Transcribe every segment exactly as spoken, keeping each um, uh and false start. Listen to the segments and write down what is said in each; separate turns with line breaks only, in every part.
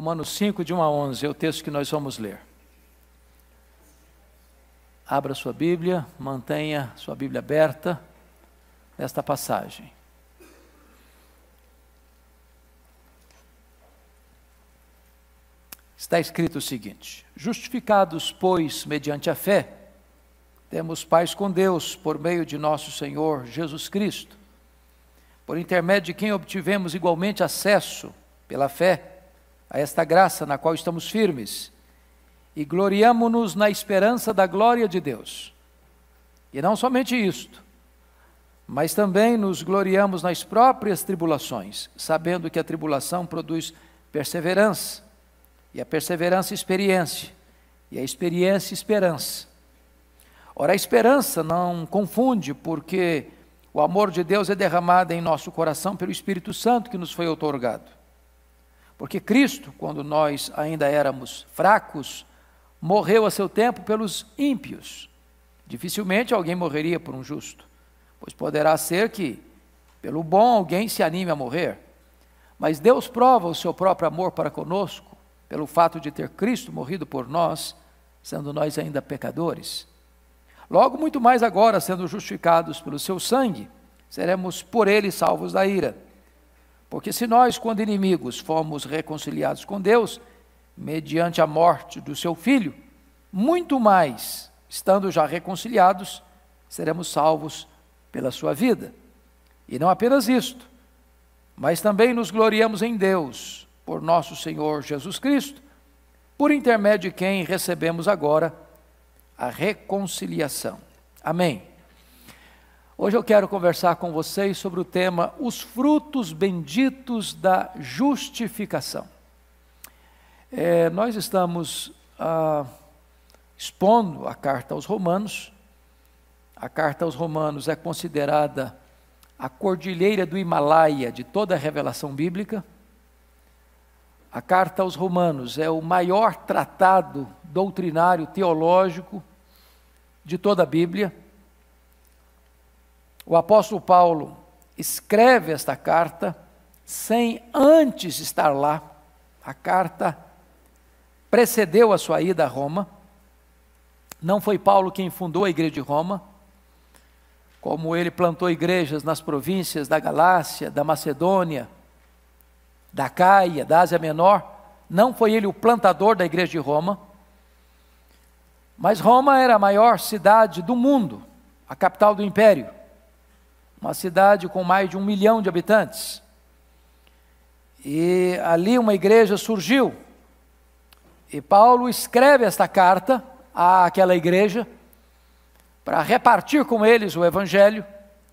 Romanos cinco, de um a onze, é o texto que nós vamos ler. Abra sua Bíblia, mantenha sua Bíblia aberta nesta passagem. Está escrito o seguinte: justificados, pois, mediante a fé, temos paz com Deus por meio de nosso Senhor Jesus Cristo, por intermédio de quem obtivemos igualmente acesso, pela fé, a esta graça na qual estamos firmes, e gloriamo-nos na esperança da glória de Deus. E não somente isto, mas também nos gloriamos nas próprias tribulações, sabendo que a tribulação produz perseverança, e a perseverança experiência, e a experiência esperança. Ora, a esperança não confunde, porque o amor de Deus é derramado em nosso coração pelo Espírito Santo que nos foi outorgado. Porque Cristo, quando nós ainda éramos fracos, morreu a seu tempo pelos ímpios. Dificilmente alguém morreria por um justo, pois poderá ser que, pelo bom, alguém se anime a morrer. Mas Deus prova o seu próprio amor para conosco, pelo fato de ter Cristo morrido por nós, sendo nós ainda pecadores. Logo, muito mais agora, sendo justificados pelo seu sangue, seremos por ele salvos da ira. Porque se nós, quando inimigos, fomos reconciliados com Deus, mediante a morte do seu Filho, muito mais, estando já reconciliados, seremos salvos pela sua vida. E não apenas isto, mas também nos gloriamos em Deus, por nosso Senhor Jesus Cristo, por intermédio de quem recebemos agora a reconciliação. Amém. Hoje eu quero conversar com vocês sobre o tema os frutos benditos da justificação. É, nós estamos ah, expondo a carta aos Romanos. A carta aos Romanos é considerada a cordilheira do Himalaia de toda a revelação bíblica. A carta aos Romanos é o maior tratado doutrinário teológico de toda a Bíblia. O apóstolo Paulo escreve esta carta sem antes estar lá. A carta precedeu a sua ida a Roma. Não foi Paulo quem fundou a igreja de Roma, como ele plantou igrejas nas províncias da Galácia, da Macedônia, da Caia, da Ásia Menor. Não foi ele o plantador da igreja de Roma, mas Roma era a maior cidade do mundo, a capital do império, uma cidade com mais de um milhão de habitantes, e ali uma igreja surgiu, e Paulo escreve esta carta àquela igreja, para repartir com eles o evangelho,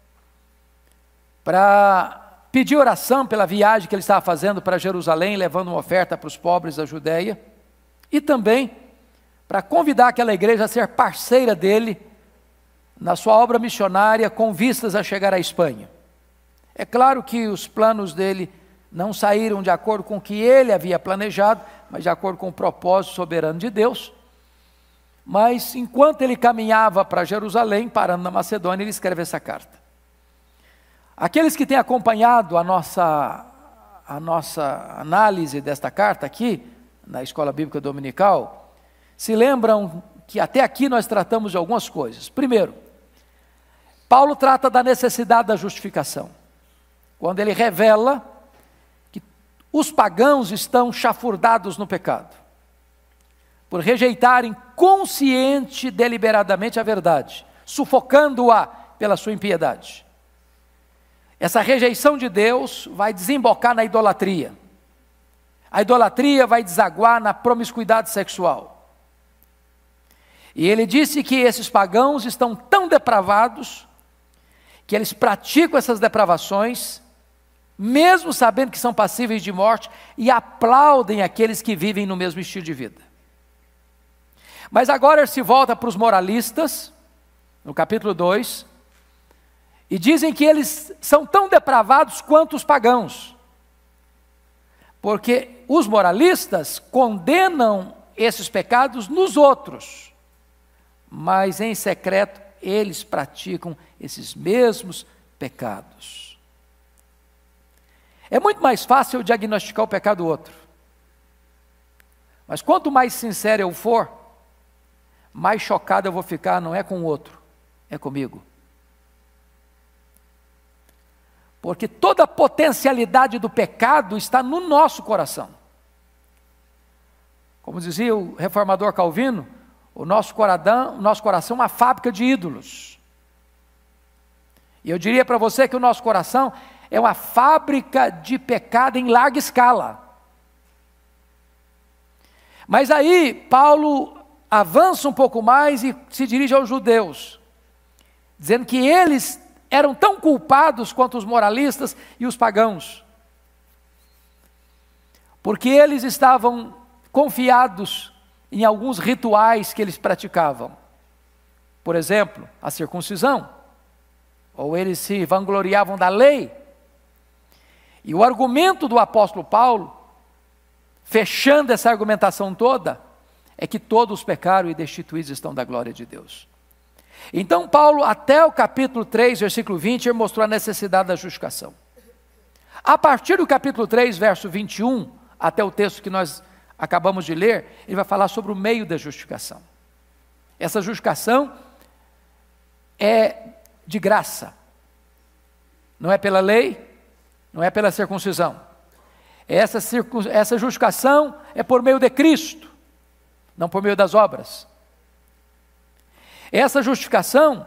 para pedir oração pela viagem que ele estava fazendo para Jerusalém, levando uma oferta para os pobres da Judeia, e também para convidar aquela igreja a ser parceira dele na sua obra missionária com vistas a chegar à Espanha. É claro que os planos dele não saíram de acordo com o que ele havia planejado, mas de acordo com o propósito soberano de Deus. Mas enquanto ele caminhava para Jerusalém, parando na Macedônia, ele escreve essa carta. Aqueles que têm acompanhado a nossa, a nossa análise desta carta aqui, na Escola Bíblica Dominical, se lembram que até aqui nós tratamos de algumas coisas. Primeiro, Paulo trata da necessidade da justificação, quando ele revela que os pagãos estão chafurdados no pecado, por rejeitarem consciente e deliberadamente a verdade, sufocando-a pela sua impiedade. Essa rejeição de Deus vai desembocar na idolatria. A idolatria vai desaguar na promiscuidade sexual. E ele disse que esses pagãos estão tão depravados, que eles praticam essas depravações, mesmo sabendo que são passíveis de morte, e aplaudem aqueles que vivem no mesmo estilo de vida. Mas agora ele se volta para os moralistas, no capítulo dois, e dizem que eles são tão depravados quanto os pagãos, porque os moralistas condenam esses pecados nos outros, mas em secreto eles praticam esses mesmos pecados. É muito mais fácil diagnosticar o pecado do outro. Mas quanto mais sincero eu for, mais chocado eu vou ficar, não é com o outro, é comigo. Porque toda a potencialidade do pecado está no nosso coração. Como dizia o reformador Calvino, o nosso coração, o nosso coração é uma fábrica de ídolos. E eu diria para você que o nosso coração é uma fábrica de pecado em larga escala. Mas aí Paulo avança um pouco mais e se dirige aos judeus, dizendo que eles eram tão culpados quanto os moralistas e os pagãos, porque eles estavam confiados em alguns rituais que eles praticavam. Por exemplo, a circuncisão, ou eles se vangloriavam da lei. E o argumento do apóstolo Paulo, fechando essa argumentação toda, é que todos pecaram e destituídos estão da glória de Deus. Então Paulo, até o capítulo três, versículo vinte, ele mostrou a necessidade da justificação. A partir do capítulo três, verso vinte e um, até o texto que nós acabamos de ler, ele vai falar sobre o meio da justificação. Essa justificação é de graça. Não é pela lei, não é pela circuncisão. Essa, circun... essa justificação é por meio de Cristo, não por meio das obras. Essa justificação,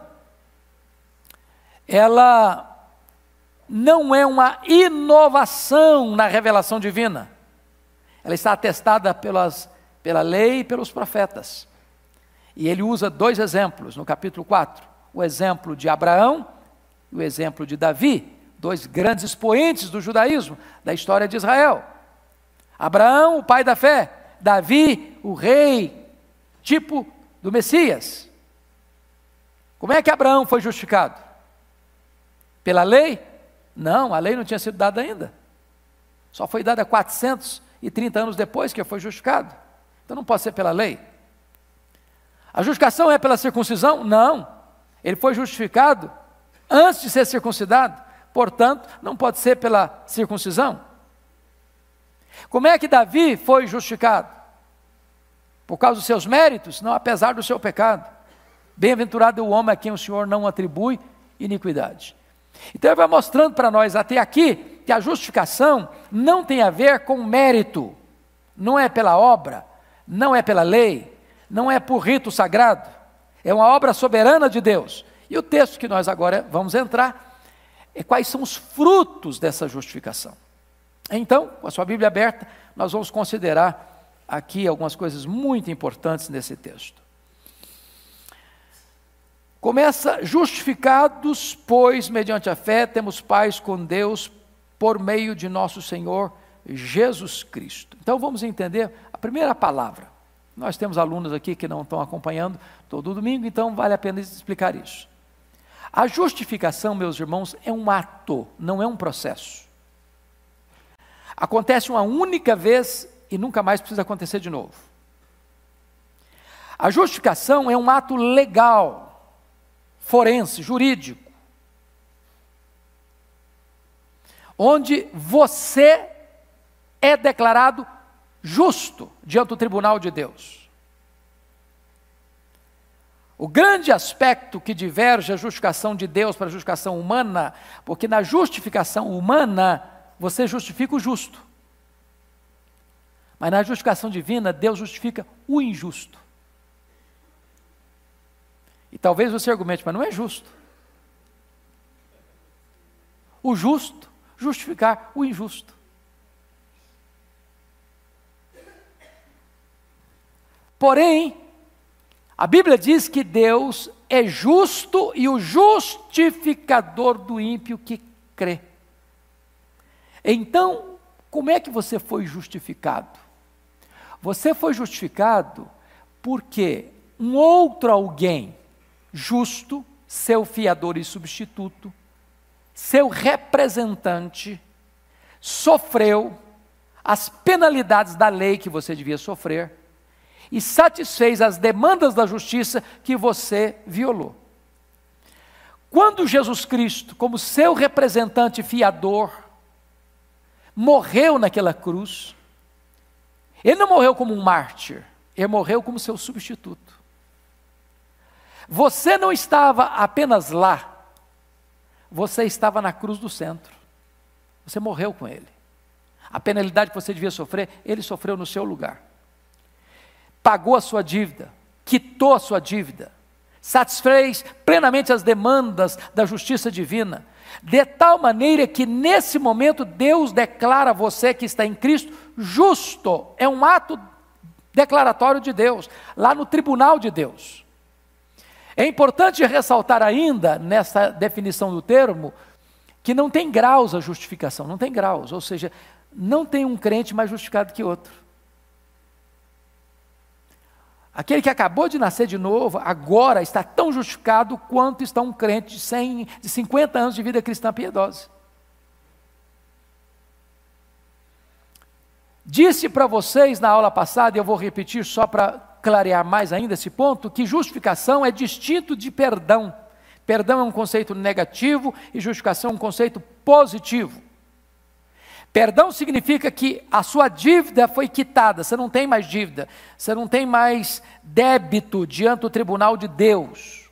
ela não é uma inovação na revelação divina. Ela está atestada pelas, pela lei e pelos profetas. E ele usa dois exemplos no capítulo quatro. O exemplo de Abraão e o exemplo de Davi, dois grandes expoentes do judaísmo, da história de Israel. Abraão, o pai da fé. Davi, o rei, tipo do Messias. Como é que Abraão foi justificado? Pela lei? Não, a lei não tinha sido dada ainda. Só foi dada quatrocentos e trinta anos depois que foi justificado. Então não pode ser pela lei. A justificação é pela circuncisão? Não. Ele foi justificado antes de ser circuncidado. Portanto, não pode ser pela circuncisão. Como é que Davi foi justificado? Por causa dos seus méritos? Não, apesar do seu pecado. Bem-aventurado é o homem a quem o Senhor não atribui iniquidade. Então ele vai mostrando para nós até aqui que a justificação não tem a ver com mérito, não é pela obra, não é pela lei, não é por rito sagrado, é uma obra soberana de Deus. E o texto que nós agora vamos entrar é quais são os frutos dessa justificação. Então, com a sua Bíblia aberta, nós vamos considerar aqui algumas coisas muito importantes nesse texto. Começa: justificados, pois, mediante a fé, temos paz com Deus por meio de nosso Senhor Jesus Cristo. Então vamos entender a primeira palavra. Nós temos alunos aqui que não estão acompanhando todo domingo, então vale a pena explicar isso. A justificação, meus irmãos, é um ato, não é um processo. Acontece uma única vez e nunca mais precisa acontecer de novo. A justificação é um ato legal, forense, jurídico, onde você é declarado justo diante do tribunal de Deus. O grande aspecto que diverge a justificação de Deus para a justificação humana, porque na justificação humana você justifica o justo, mas na justificação divina Deus justifica o injusto. E talvez você argumente, mas não é justo. O justo justificar o injusto. Porém, a Bíblia diz que Deus é justo e o justificador do ímpio que crê. Então, como é que você foi justificado? Você foi justificado porque um outro alguém justo, seu fiador e substituto, seu representante, sofreu as penalidades da lei que você devia sofrer e satisfez as demandas da justiça que você violou. Quando Jesus Cristo, como seu representante fiador, morreu naquela cruz, Ele não morreu como um mártir, ele morreu como seu substituto. Você não estava apenas lá, você estava na cruz do centro. Você morreu com ele. A penalidade que você devia sofrer, ele sofreu no seu lugar. Pagou a sua dívida, quitou a sua dívida, satisfez plenamente as demandas da justiça divina, de tal maneira que nesse momento Deus declara você que está em Cristo justo. É um ato declaratório de Deus, lá no tribunal de Deus. É importante ressaltar ainda, nessa definição do termo, que não tem graus a justificação, não tem graus, ou seja, não tem um crente mais justificado que outro. Aquele que acabou de nascer de novo, agora está tão justificado quanto está um crente de, cem, de cinquenta anos de vida cristã piedosa. Disse para vocês na aula passada, e eu vou repetir só para clarear mais ainda esse ponto, que justificação é distinto de perdão. Perdão é um conceito negativo e justificação é um conceito positivo. Perdão significa que a sua dívida foi quitada, você não tem mais dívida, você não tem mais débito diante do tribunal de Deus.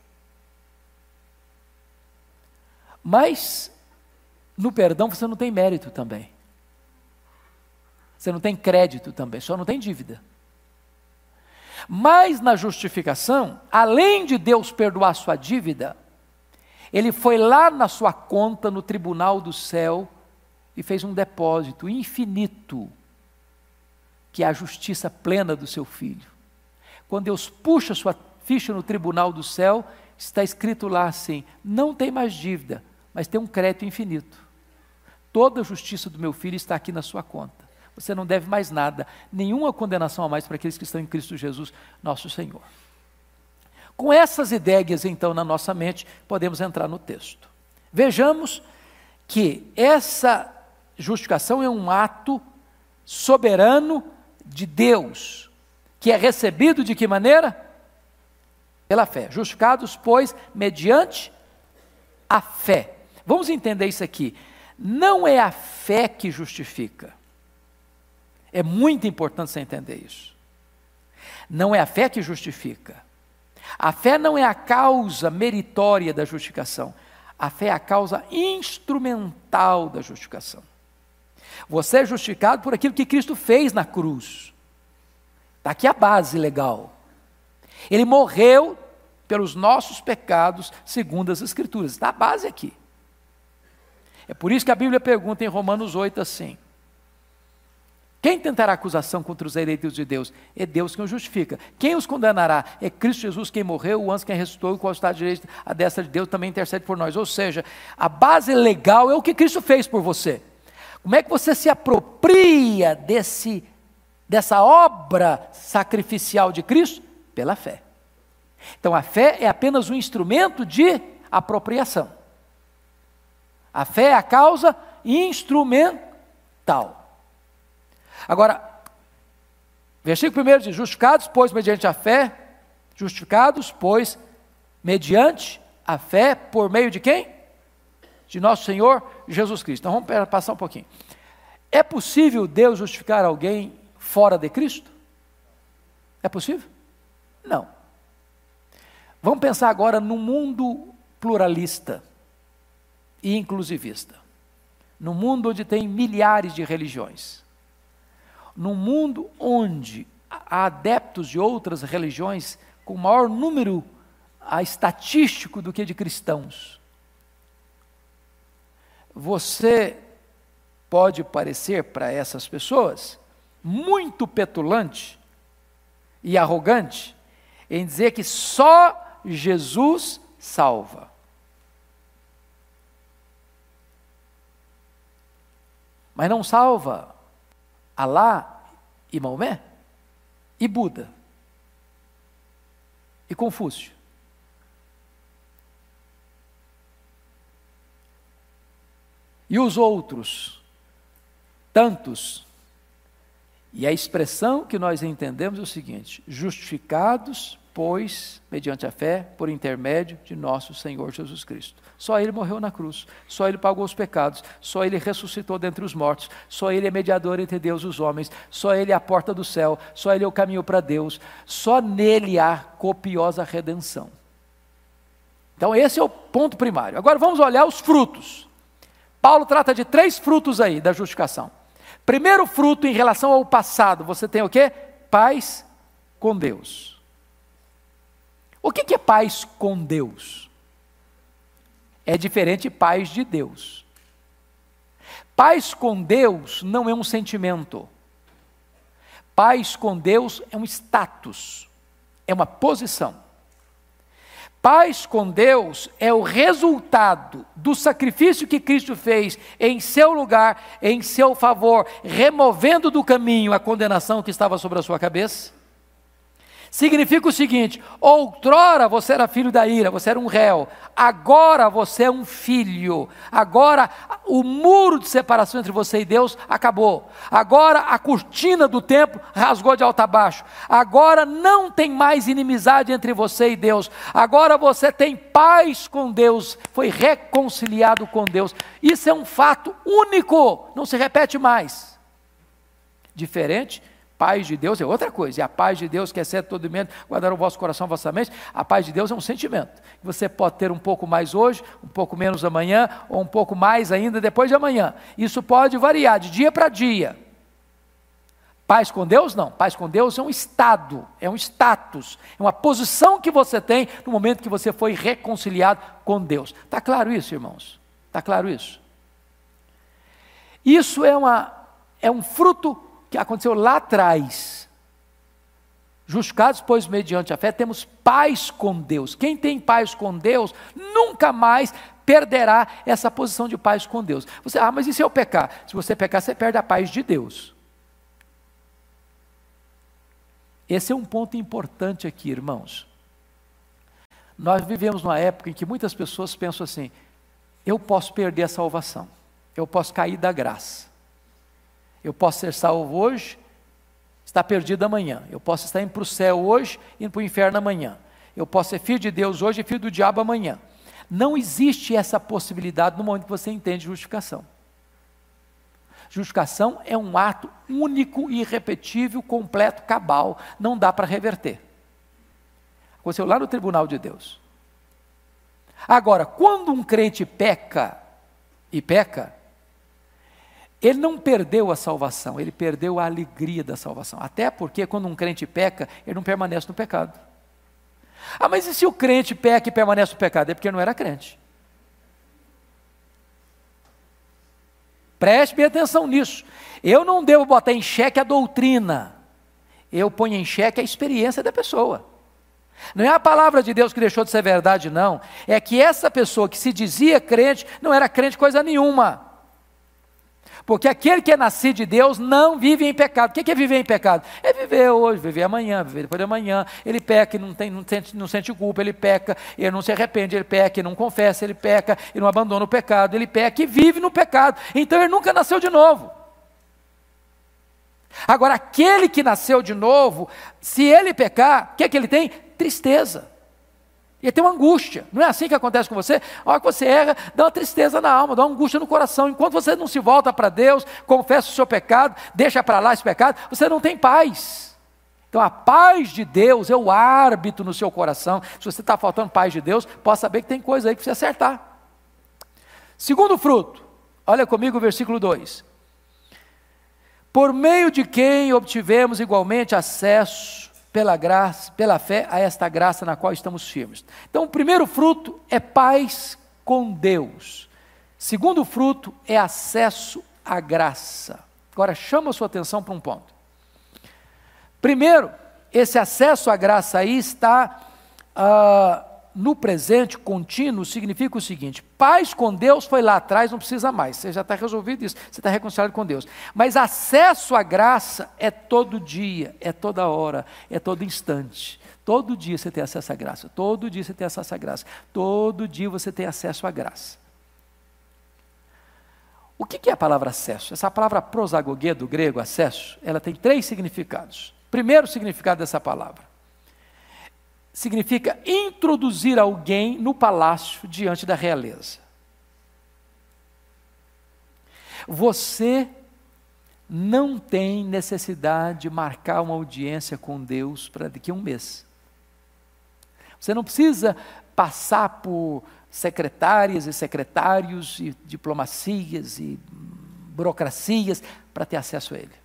Mas, no perdão você não tem mérito também. Você não tem crédito também, só não tem dívida. Mas na justificação, além de Deus perdoar sua dívida, Ele foi lá na sua conta, no tribunal do céu, e fez um depósito infinito, que é a justiça plena do seu Filho. Quando Deus puxa sua ficha no tribunal do céu, está escrito lá assim: não tem mais dívida, mas tem um crédito infinito. Toda a justiça do meu Filho está aqui na sua conta. Você não deve mais nada, nenhuma condenação a mais para aqueles que estão em Cristo Jesus, nosso Senhor. Com essas ideias, então, na nossa mente, podemos entrar no texto. Vejamos que essa justificação é um ato soberano de Deus, que é recebido de que maneira? Pela fé. Justificados, pois, mediante a fé. Vamos entender isso aqui. Não é a fé que justifica. É muito importante você entender isso. Não é a fé que justifica. A fé não é a causa meritória da justificação. A fé é a causa instrumental da justificação. Você é justificado por aquilo que Cristo fez na cruz. Está aqui a base legal. Ele morreu pelos nossos pecados, segundo as Escrituras. Está a base aqui. É por isso que a Bíblia pergunta em Romanos oito assim: quem tentará acusação contra os eleitos de Deus? É Deus quem os justifica. Quem os condenará? É Cristo Jesus quem morreu, o anjo quem ressuscitou, e qual está à direita, à destra de Deus, também intercede por nós. Ou seja, a base legal é o que Cristo fez por você. Como é que você se apropria desse, dessa obra sacrificial de Cristo? Pela fé. Então a fé é apenas um instrumento de apropriação. A fé é a causa instrumental. Agora, versículo primeiro diz: justificados, pois, mediante a fé, justificados, pois, mediante a fé, por meio de quem? De nosso Senhor Jesus Cristo. Então vamos passar um pouquinho. É possível Deus justificar alguém fora de Cristo? É possível? Não. Vamos pensar agora no mundo pluralista e inclusivista. No mundo onde tem milhares de religiões. Num mundo onde há adeptos de outras religiões com maior número a estatístico do que de cristãos. Você pode parecer para essas pessoas muito petulante e arrogante em dizer que só Jesus salva. Mas não salva Alá e Maomé, e Buda, e Confúcio. E os outros, tantos, E a expressão que nós entendemos é o seguinte: justificados, pois, mediante a fé, por intermédio de nosso Senhor Jesus Cristo. Só Ele morreu na cruz, só Ele pagou os pecados, só Ele ressuscitou dentre os mortos, só Ele é mediador entre Deus e os homens, só Ele é a porta do céu, só Ele é o caminho para Deus, só nele há copiosa redenção. Então esse é o ponto primário. Agora vamos olhar os frutos. Paulo trata de três frutos aí da justificação. Primeiro fruto, em relação ao passado, você tem o quê? Paz com Deus. O que que é paz com Deus? É diferente de paz de Deus. Paz com Deus não é um sentimento. Paz com Deus é um status, é uma posição. Paz com Deus é o resultado do sacrifício que Cristo fez em seu lugar, em seu favor, removendo do caminho a condenação que estava sobre a sua cabeça. Significa o seguinte: outrora você era filho da ira, você era um réu, agora você é um filho, agora o muro de separação entre você e Deus acabou, agora a cortina do templo rasgou de alto a baixo, agora não tem mais inimizade entre você e Deus, agora você tem paz com Deus, foi reconciliado com Deus. Isso é um fato único, não se repete mais. Diferente, paz de Deus é outra coisa, e a paz de Deus que excede todo mundo, guardar o vosso coração, a vossa mente. A paz de Deus é um sentimento, você pode ter um pouco mais hoje, um pouco menos amanhã, ou um pouco mais ainda depois de amanhã, isso pode variar de dia para dia. Paz com Deus não, paz com Deus é um estado, é um status, é uma posição que você tem no momento que você foi reconciliado com Deus. Está claro isso, irmãos? Está claro isso? Isso é, uma, é um fruto que aconteceu lá atrás. Justificados, pois, mediante a fé, temos paz com Deus. Quem tem paz com Deus, nunca mais perderá essa posição de paz com Deus. Você, ah, mas e se eu pecar? Se você pecar, você perde a paz de Deus. Esse é um ponto importante aqui, irmãos. Nós vivemos numa época em que muitas pessoas pensam assim: eu posso perder a salvação, eu posso cair da graça. Eu posso ser salvo hoje, estar perdido amanhã. Eu posso estar indo para o céu hoje, indo para o inferno amanhã. Eu posso ser filho de Deus hoje e filho do diabo amanhã. Não existe essa possibilidade no momento que você entende justificação. Justificação é um ato único, irrepetível, completo, cabal. Não dá para reverter. Aconteceu lá no tribunal de Deus. Agora, quando um crente peca, e peca, ele não perdeu a salvação, ele perdeu a alegria da salvação. Até porque quando um crente peca, ele não permanece no pecado. Ah, mas e se o crente peca e permanece no pecado? É porque não era crente. Preste bem atenção nisso. Eu não devo botar em xeque a doutrina. Eu ponho em xeque a experiência da pessoa. Não é a palavra de Deus que deixou de ser verdade, não. É que essa pessoa que se dizia crente, não era crente coisa nenhuma. Porque aquele que é nascido de Deus não vive em pecado. O que é viver em pecado? É viver hoje, viver amanhã, viver depois de amanhã. Ele peca e não, tem, não, sente, não sente culpa, ele peca, ele não se arrepende, ele peca e não confessa, ele peca e não abandona o pecado, ele peca e vive no pecado. Então ele nunca nasceu de novo. Agora, aquele que nasceu de novo, se ele pecar, o que é que ele tem? Tristeza. Ele tem uma angústia. Não é assim que acontece com você? A hora que você erra, dá uma tristeza na alma, dá uma angústia no coração. Enquanto você não se volta para Deus, confessa o seu pecado, deixa para lá esse pecado, você não tem paz. Então a paz de Deus é o árbitro no seu coração. Se você está faltando paz de Deus, pode saber que tem coisa aí que você acertar. Segundo fruto, olha comigo o versículo dois. Por meio de quem obtivemos igualmente acesso pela graça, pela fé, a esta graça na qual estamos firmes. Então, o primeiro fruto é paz com Deus. Segundo fruto é acesso à graça. Agora, chama a sua atenção para um ponto. Primeiro, esse acesso à graça aí está ah, no presente contínuo, significa o seguinte: paz com Deus foi lá atrás, não precisa mais, você já está resolvido isso, você está reconciliado com Deus. Mas acesso à graça é todo dia, é toda hora, é todo instante. Todo dia você tem acesso à graça, todo dia você tem acesso à graça, todo dia você tem acesso à graça. O que é a palavra acesso? Essa palavra prosagoguê, do grego acesso, ela tem três significados. Primeiro significado dessa palavra significa introduzir alguém no palácio diante da realeza. Você não tem necessidade de marcar uma audiência com Deus para daqui a um mês. Você não precisa passar por secretárias e secretários e diplomacias e burocracias para ter acesso a Ele.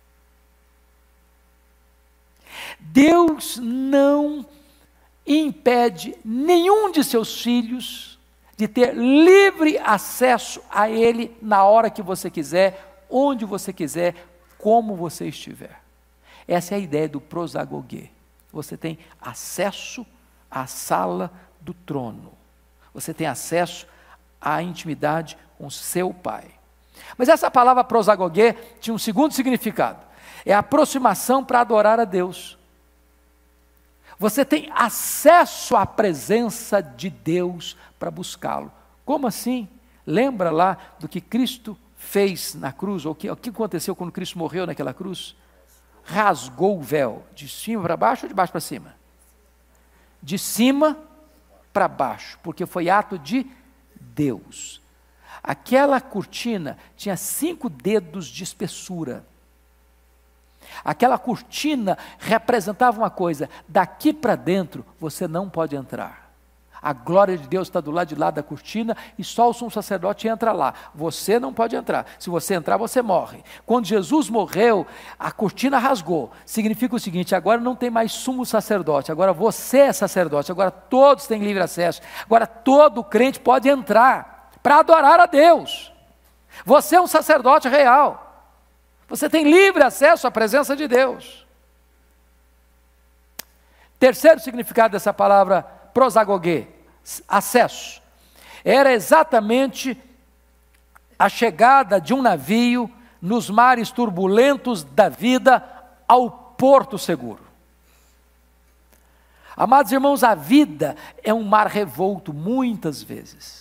Deus não impede nenhum de seus filhos de ter livre acesso a Ele na hora que você quiser, onde você quiser, como você estiver. Essa é a ideia do prosagoguê. Você tem acesso à sala do trono. Você tem acesso à intimidade com seu Pai. Mas essa palavra prosagoguê tinha um segundo significado. É a aproximação para adorar a Deus. Você tem acesso à presença de Deus para buscá-lo. Como assim? Lembra lá do que Cristo fez na cruz? Ou o que, o que aconteceu quando Cristo morreu naquela cruz? Rasgou o véu, de cima para baixo ou de baixo para cima? De cima para baixo, porque foi ato de Deus. Aquela cortina tinha cinco dedos de espessura. Aquela cortina representava uma coisa: daqui para dentro você não pode entrar. A glória de Deus está do lado de lá da cortina e só o sumo sacerdote entra lá. Você não pode entrar. Se você entrar, você morre. Quando Jesus morreu, a cortina rasgou. Significa o seguinte: agora não tem mais sumo sacerdote, agora você é sacerdote, agora todos têm livre acesso. Agora todo crente pode entrar para adorar a Deus. Você é um sacerdote real. Você tem livre acesso à presença de Deus. Terceiro significado dessa palavra prosagoguê, acesso, era exatamente a chegada de um navio nos mares turbulentos da vida ao porto seguro. Amados irmãos, a vida é um mar revolto muitas vezes.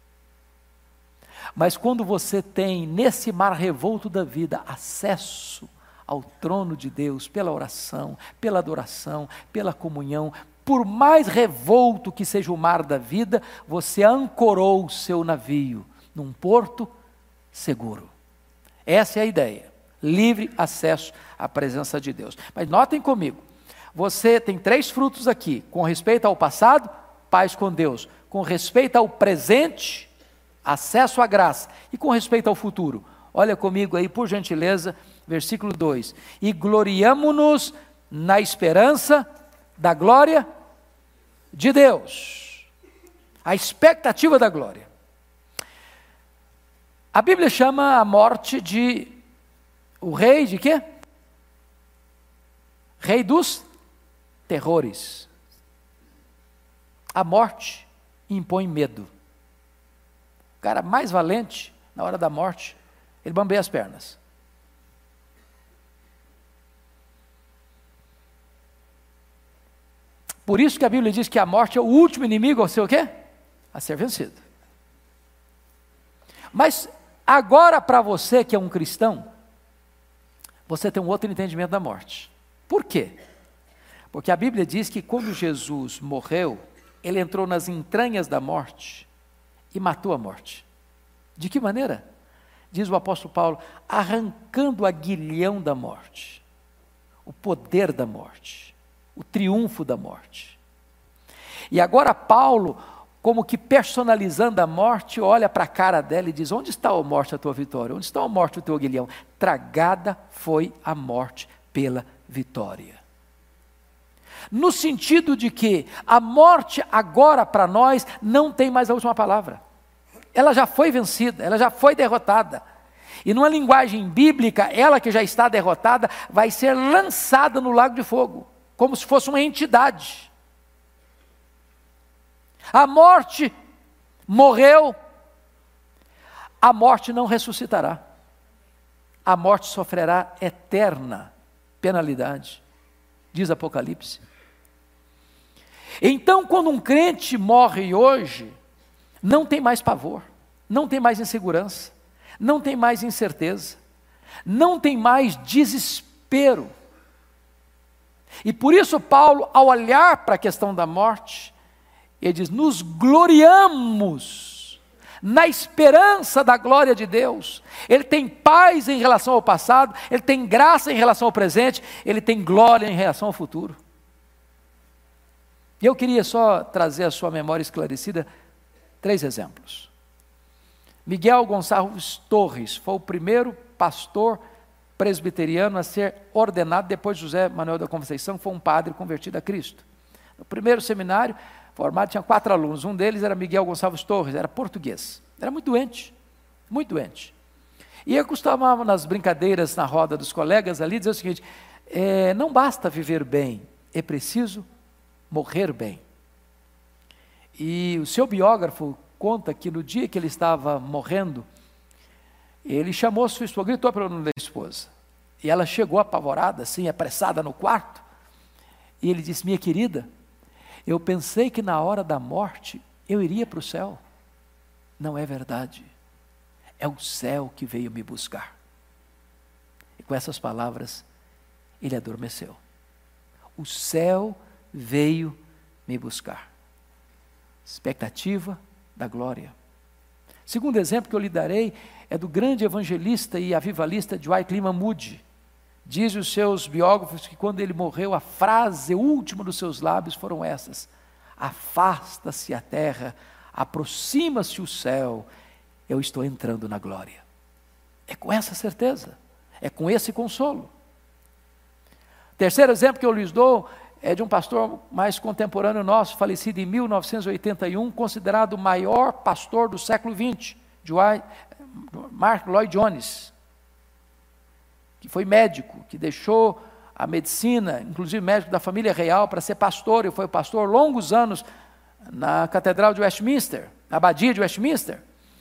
Mas quando você tem nesse mar revolto da vida acesso ao trono de Deus, pela oração, pela adoração, pela comunhão, por mais revolto que seja o mar da vida, você ancorou o seu navio num porto seguro. Essa é a ideia, livre acesso à presença de Deus. Mas notem comigo, você tem três frutos aqui: com respeito ao passado, paz com Deus; com respeito ao presente, acesso à graça; e com respeito ao futuro, olha comigo aí, por gentileza, versículo dois: e gloriamo-nos na esperança da glória de Deus. A expectativa da glória. A Bíblia chama a morte de o rei de quê? Rei dos terrores. A morte impõe medo. O cara mais valente, na hora da morte, ele bambeia as pernas. Por isso que a Bíblia diz que a morte é o último inimigo a ser o quê? A ser vencido. Mas agora, para você que é um cristão, você tem um outro entendimento da morte. Por quê? Porque a Bíblia diz que quando Jesus morreu, ele entrou nas entranhas da morte e matou a morte. De que maneira? Diz o apóstolo Paulo: arrancando o aguilhão da morte, o poder da morte, o triunfo da morte. E agora Paulo, como que personalizando a morte, olha para a cara dela e diz: onde está, ó morte, a tua vitória? Onde está, ó morte, o teu aguilhão? Tragada foi a morte pela vitória. No sentido de que a morte agora para nós não tem mais a última palavra. Ela já foi vencida, ela já foi derrotada. E numa linguagem bíblica, ela que já está derrotada vai ser lançada no lago de fogo, como se fosse uma entidade. A morte morreu, a morte não ressuscitará. A morte sofrerá eterna penalidade, diz Apocalipse. Então, quando um crente morre hoje, não tem mais pavor, não tem mais insegurança, não tem mais incerteza, não tem mais desespero. E por isso Paulo, ao olhar para a questão da morte, ele diz, nos gloriamos na esperança da glória de Deus. Ele tem paz em relação ao passado, ele tem graça em relação ao presente, ele tem glória em relação ao futuro. E eu queria só trazer à sua memória esclarecida três exemplos. Miguel Gonçalves Torres foi o primeiro pastor presbiteriano a ser ordenado depois de José Manuel da Conceição, que foi um padre convertido a Cristo. No primeiro seminário formado tinha quatro alunos, um deles era Miguel Gonçalves Torres, era português, era muito doente, muito doente. E eu costumava nas brincadeiras na roda dos colegas ali dizer o seguinte, é, não basta viver bem, é preciso morrer bem. E o seu biógrafo conta que no dia que ele estava morrendo, ele chamou sua esposa, gritou para o nome da esposa, e ela chegou apavorada, assim, apressada no quarto, e ele disse, minha querida, eu pensei que na hora da morte eu iria para o céu. Não é verdade, é o céu que veio me buscar. E com essas palavras, ele adormeceu. O céu veio me buscar. Expectativa da glória. Segundo exemplo que eu lhe darei é do grande evangelista e avivalista Dwight Lyman Moody. Diz os seus biógrafos que quando ele morreu, a frase última dos seus lábios foram essas: afasta-se a terra, aproxima-se o céu, eu estou entrando na glória. É com essa certeza, é com esse consolo. Terceiro exemplo que eu lhes dou é de um pastor mais contemporâneo nosso, falecido em mil novecentos e oitenta e um, considerado o maior pastor do século vinte, Mark Lloyd Jones, que foi médico, que deixou a medicina, inclusive médico da família real, para ser pastor, e foi pastor longos anos na Catedral de Westminster, na Abadia de Westminster,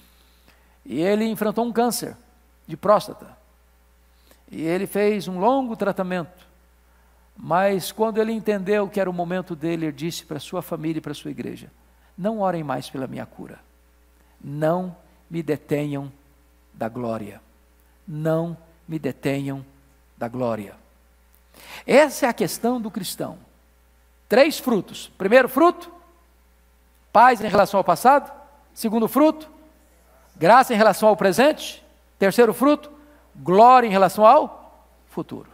e ele enfrentou um câncer de próstata, e ele fez um longo tratamento, mas quando ele entendeu que era o momento dele, ele disse para a sua família e para a sua igreja, não orem mais pela minha cura, não me detenham da glória, não me detenham da glória. Essa é a questão do cristão. Três frutos. Primeiro fruto, paz em relação ao passado. Segundo fruto, graça em relação ao presente. Terceiro fruto, glória em relação ao futuro.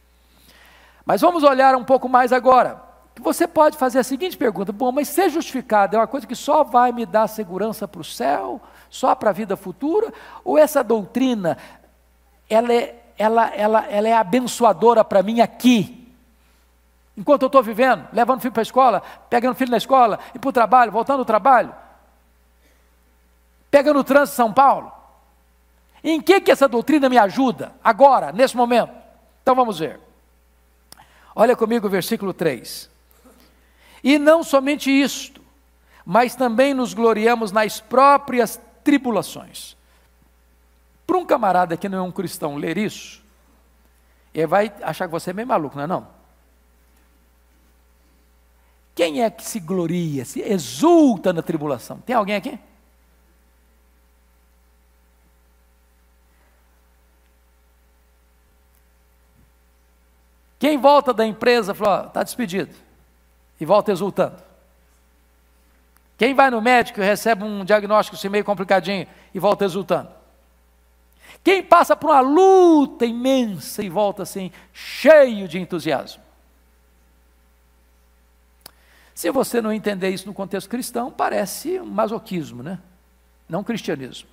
Mas vamos olhar um pouco mais agora. Você pode fazer a seguinte pergunta: bom, mas ser justificado é uma coisa que só vai me dar segurança para o céu, só para a vida futura? Ou essa doutrina, ela é, ela, ela, ela é abençoadora para mim aqui, enquanto eu estou vivendo, levando o filho para a escola, pegando o filho na escola, ir para o trabalho, voltando do trabalho, pegando o trânsito de São Paulo? Em que, que essa doutrina me ajuda, agora, nesse momento? Então vamos ver. Olha comigo o versículo três. E não somente isto, mas também nos gloriamos nas próprias tribulações. Para um camarada que não é um cristão ler isso, ele vai achar que você é meio maluco, não é não? Quem é que se gloria, se exulta na tribulação? Tem alguém aqui? Quem volta da empresa, falou, está despedido, e volta exultando? Quem vai no médico e recebe um diagnóstico assim, meio complicadinho, e volta exultando? Quem passa por uma luta imensa e volta assim, cheio de entusiasmo? Se você não entender isso no contexto cristão, parece um masoquismo, né? Não cristianismo.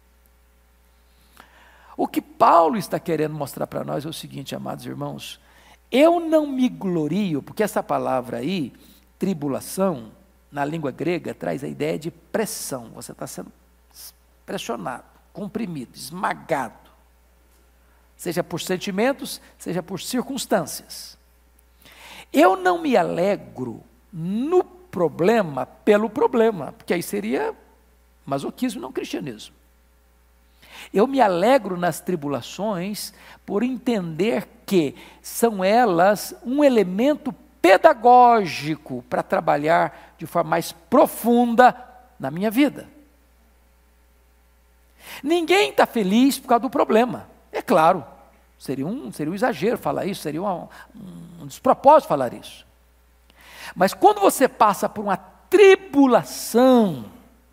O que Paulo está querendo mostrar para nós é o seguinte, amados irmãos: eu não me glorio, porque essa palavra aí, tribulação, na língua grega, traz a ideia de pressão. Você está sendo pressionado, comprimido, esmagado, seja por sentimentos, seja por circunstâncias. Eu não me alegro no problema pelo problema, porque aí seria masoquismo, não cristianismo. Eu me alegro nas tribulações por entender que são elas um elemento pedagógico para trabalhar de forma mais profunda na minha vida. Ninguém está feliz por causa do problema. É claro, seria um, seria um exagero falar isso, seria um, um despropósito falar isso. Mas quando você passa por uma tribulação,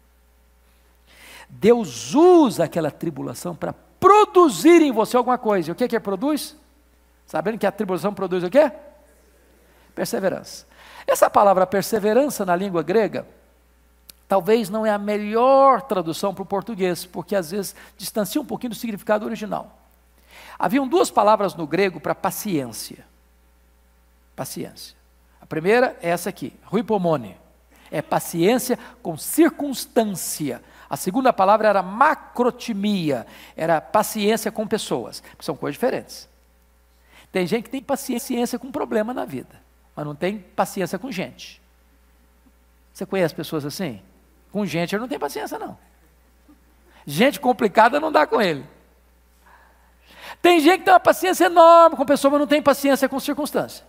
Deus usa aquela tribulação para produzir em você alguma coisa. E o que é que produz? Sabendo que a tribulação produz o quê? Perseverança. Essa palavra perseverança na língua grega, talvez não é a melhor tradução para o português, porque às vezes distancia um pouquinho do significado original. Haviam duas palavras no grego para paciência. Paciência. A primeira é essa aqui, huipomone. É paciência com circunstância. A segunda palavra era macrotimia, era paciência com pessoas, que são coisas diferentes. Tem gente que tem paciência com problema na vida, mas não tem paciência com gente. Você conhece pessoas assim? Com gente ele não tem paciência não. Gente complicada não dá com ele. Tem gente que tem uma paciência enorme com pessoas, mas não tem paciência com circunstância.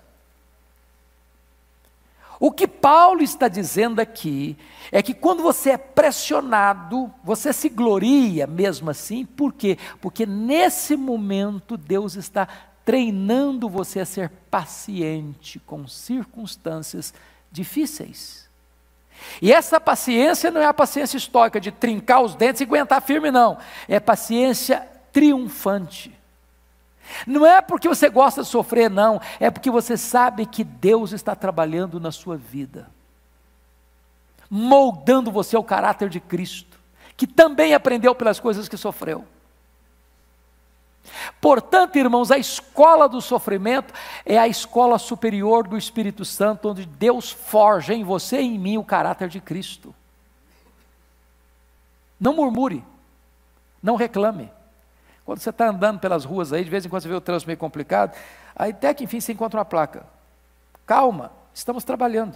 O que Paulo está dizendo aqui é que quando você é pressionado, você se gloria mesmo assim, por quê? Porque nesse momento Deus está treinando você a ser paciente com circunstâncias difíceis. E essa paciência não é a paciência estoica de trincar os dentes e aguentar firme, não. É paciência triunfante. Não é porque você gosta de sofrer, não. É porque você sabe que Deus está trabalhando na sua vida, moldando você ao caráter de Cristo, que também aprendeu pelas coisas que sofreu. Portanto, irmãos, a escola do sofrimento é a escola superior do Espírito Santo, onde Deus forja em você e em mim o caráter de Cristo. Não murmure, não reclame. Quando você está andando pelas ruas aí, de vez em quando você vê o trânsito meio complicado, aí até que enfim você encontra uma placa. Calma, estamos trabalhando.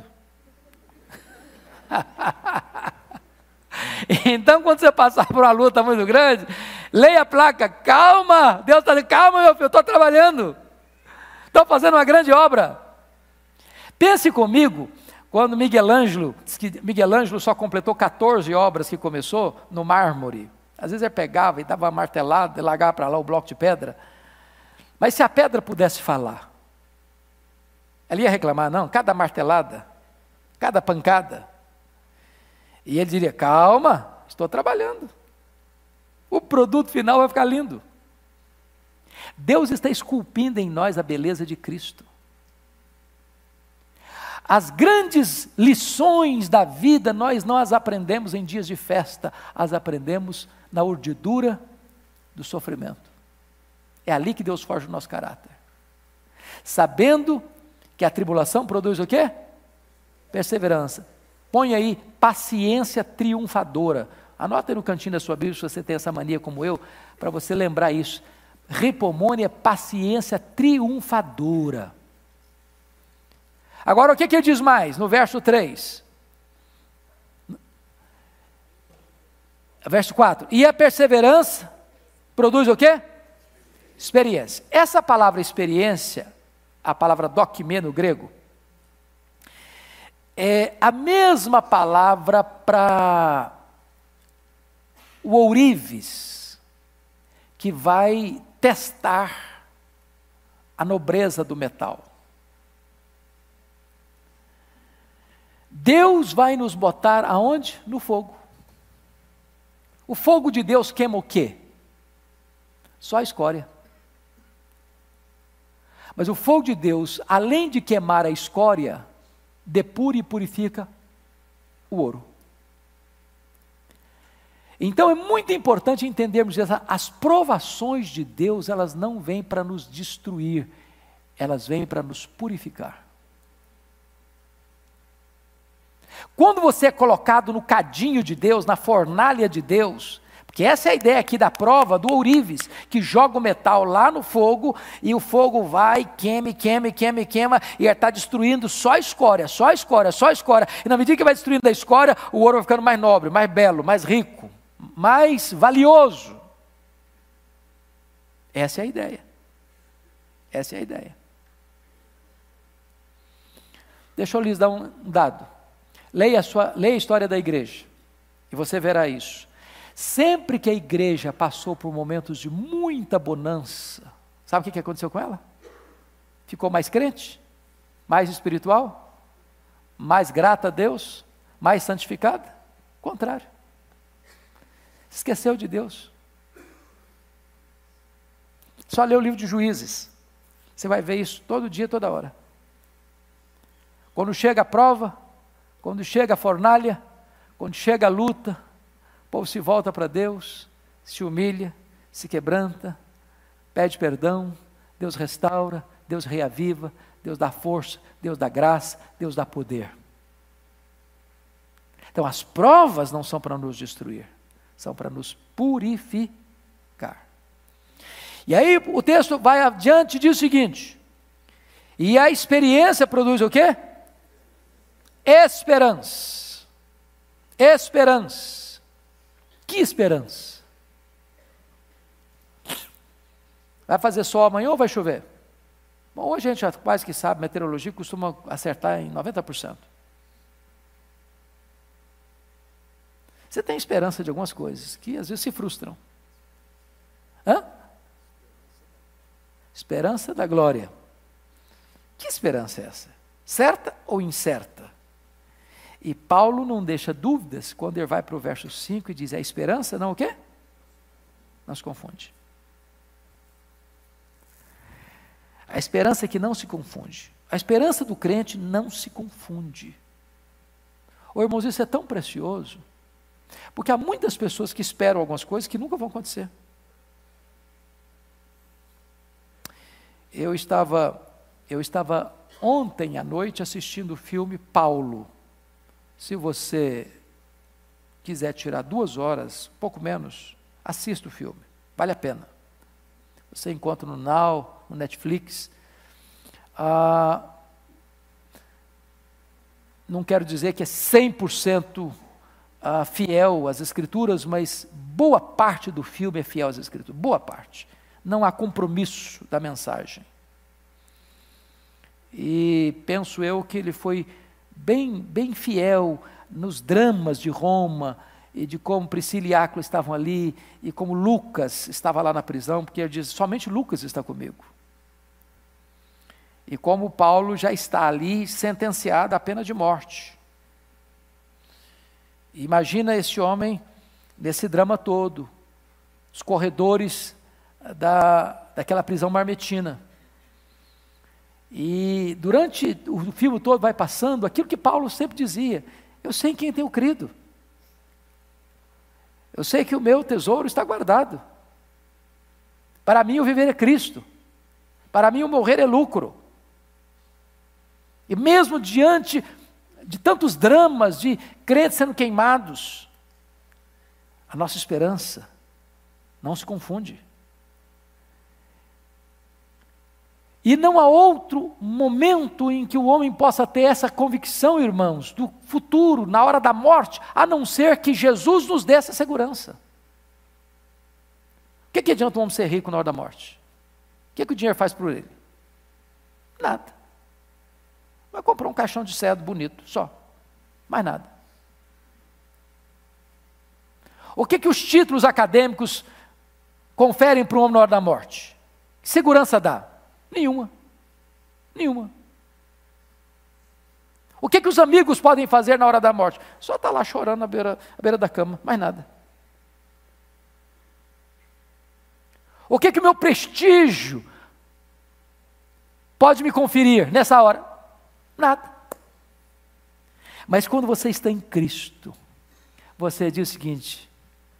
Então quando você passar por uma luta muito grande, leia a placa, calma, Deus está dizendo, calma meu filho, eu estou trabalhando, estou fazendo uma grande obra. Pense comigo, quando Miguel Ângelo, diz que Miguel Ângelo só completou quatorze obras que começou no mármore. Às vezes ele pegava e dava uma martelada, e largava para lá o bloco de pedra. Mas se a pedra pudesse falar, ela ia reclamar, não, cada martelada, cada pancada. E ele diria, calma, estou trabalhando. O produto final vai ficar lindo. Deus está esculpindo em nós a beleza de Cristo. As grandes lições da vida, nós não as aprendemos em dias de festa, as aprendemos na urdidura do sofrimento. É ali que Deus forja o nosso caráter. Sabendo que a tribulação produz o quê? Perseverança. Põe aí, paciência triunfadora. Anota aí no cantinho da sua Bíblia, se você tem essa mania como eu, para você lembrar isso. Repomone é paciência triunfadora. Agora, o que, que ele diz mais? No verso três. Verso quatro. E a perseverança produz o quê? Experiência. Essa palavra experiência, a palavra dokimê no grego, é a mesma palavra para o ourives, que vai testar a nobreza do metal. Deus vai nos botar aonde? No fogo. O fogo de Deus queima o quê? Só a escória. Mas o fogo de Deus, além de queimar a escória, depura e purifica o ouro. Então é muito importante entendermos essa, as provações de Deus, elas não vêm para nos destruir, elas vêm para nos purificar. Quando você é colocado no cadinho de Deus, na fornalha de Deus, porque essa é a ideia aqui da prova do ourives, que joga o metal lá no fogo, e o fogo vai, queima, queima, queima, queima, e está destruindo só a escória, só a escória, só a escória, e na medida que vai destruindo a escória, o ouro vai ficando mais nobre, mais belo, mais rico, mais valioso. Essa é a ideia. Essa é a ideia. Deixa eu lhes dar um dado. Leia a, sua, leia a história da igreja, e você verá isso. Sempre que a igreja passou por momentos de muita bonança, sabe o que que aconteceu com ela? Ficou mais crente? Mais espiritual? Mais grata a Deus? Mais santificada? Contrário. Esqueceu de Deus. Só lê o livro de Juízes. Você vai ver isso todo dia, toda hora. Quando chega a prova, quando chega a fornalha, quando chega a luta, o povo se volta para Deus, se humilha, se quebranta, pede perdão, Deus restaura, Deus reaviva, Deus dá força, Deus dá graça, Deus dá poder. Então as provas não são para nos destruir, são para nos purificar. E aí o texto vai adiante e diz o seguinte: e a experiência produz o quê? Esperança. Esperança. Que esperança? Vai fazer sol amanhã ou vai chover? Bom, hoje a gente já quase que sabe, meteorologia costuma acertar em noventa por cento. Você tem esperança de algumas coisas que às vezes se frustram. Hã? Esperança da glória. Que esperança é essa? Certa ou incerta? E Paulo não deixa dúvidas quando ele vai para o verso cinco e diz: a esperança não o quê? Não se confunde. A esperança que não se confunde. A esperança do crente não se confunde. Ô irmãos, isso é tão precioso, porque há muitas pessoas que esperam algumas coisas que nunca vão acontecer. Eu estava, eu estava ontem à noite assistindo o filme Paulo. Se você quiser tirar duas horas, pouco menos, assista o filme, vale a pena. Você encontra no Now, no Netflix. Ah, não quero dizer que é cem por cento ah, fiel às Escrituras, mas boa parte do filme é fiel às Escrituras, boa parte. Não há compromisso da mensagem. E penso eu que ele foi bem, bem fiel nos dramas de Roma, e de como Priscila e Áquila estavam ali, e como Lucas estava lá na prisão, porque ele diz: somente Lucas está comigo. E como Paulo já está ali sentenciado à pena de morte. Imagina esse homem nesse drama todo, os corredores da, daquela prisão marmetina. E durante o filme todo vai passando aquilo que Paulo sempre dizia: eu sei em quem tenho crido, eu sei que o meu tesouro está guardado, para mim o viver é Cristo, para mim o morrer é lucro. E mesmo diante de tantos dramas, de crentes sendo queimados, a nossa esperança não se confunde. E não há outro momento em que o homem possa ter essa convicção, irmãos, do futuro, na hora da morte, a não ser que Jesus nos dê essa segurança. O que, que adianta um homem ser rico na hora da morte? O que, que o dinheiro faz por ele? Nada. Vai comprar um caixão de cedro bonito, só. Mais nada. O que, que os títulos acadêmicos conferem para o homem na hora da morte? Que segurança dá? Nenhuma, nenhuma. O que, que os amigos podem fazer na hora da morte? Só estar lá chorando à beira, à beira da cama, mais nada. O que, que o meu prestígio pode me conferir nessa hora? Nada. Mas quando você está em Cristo, você diz o seguinte: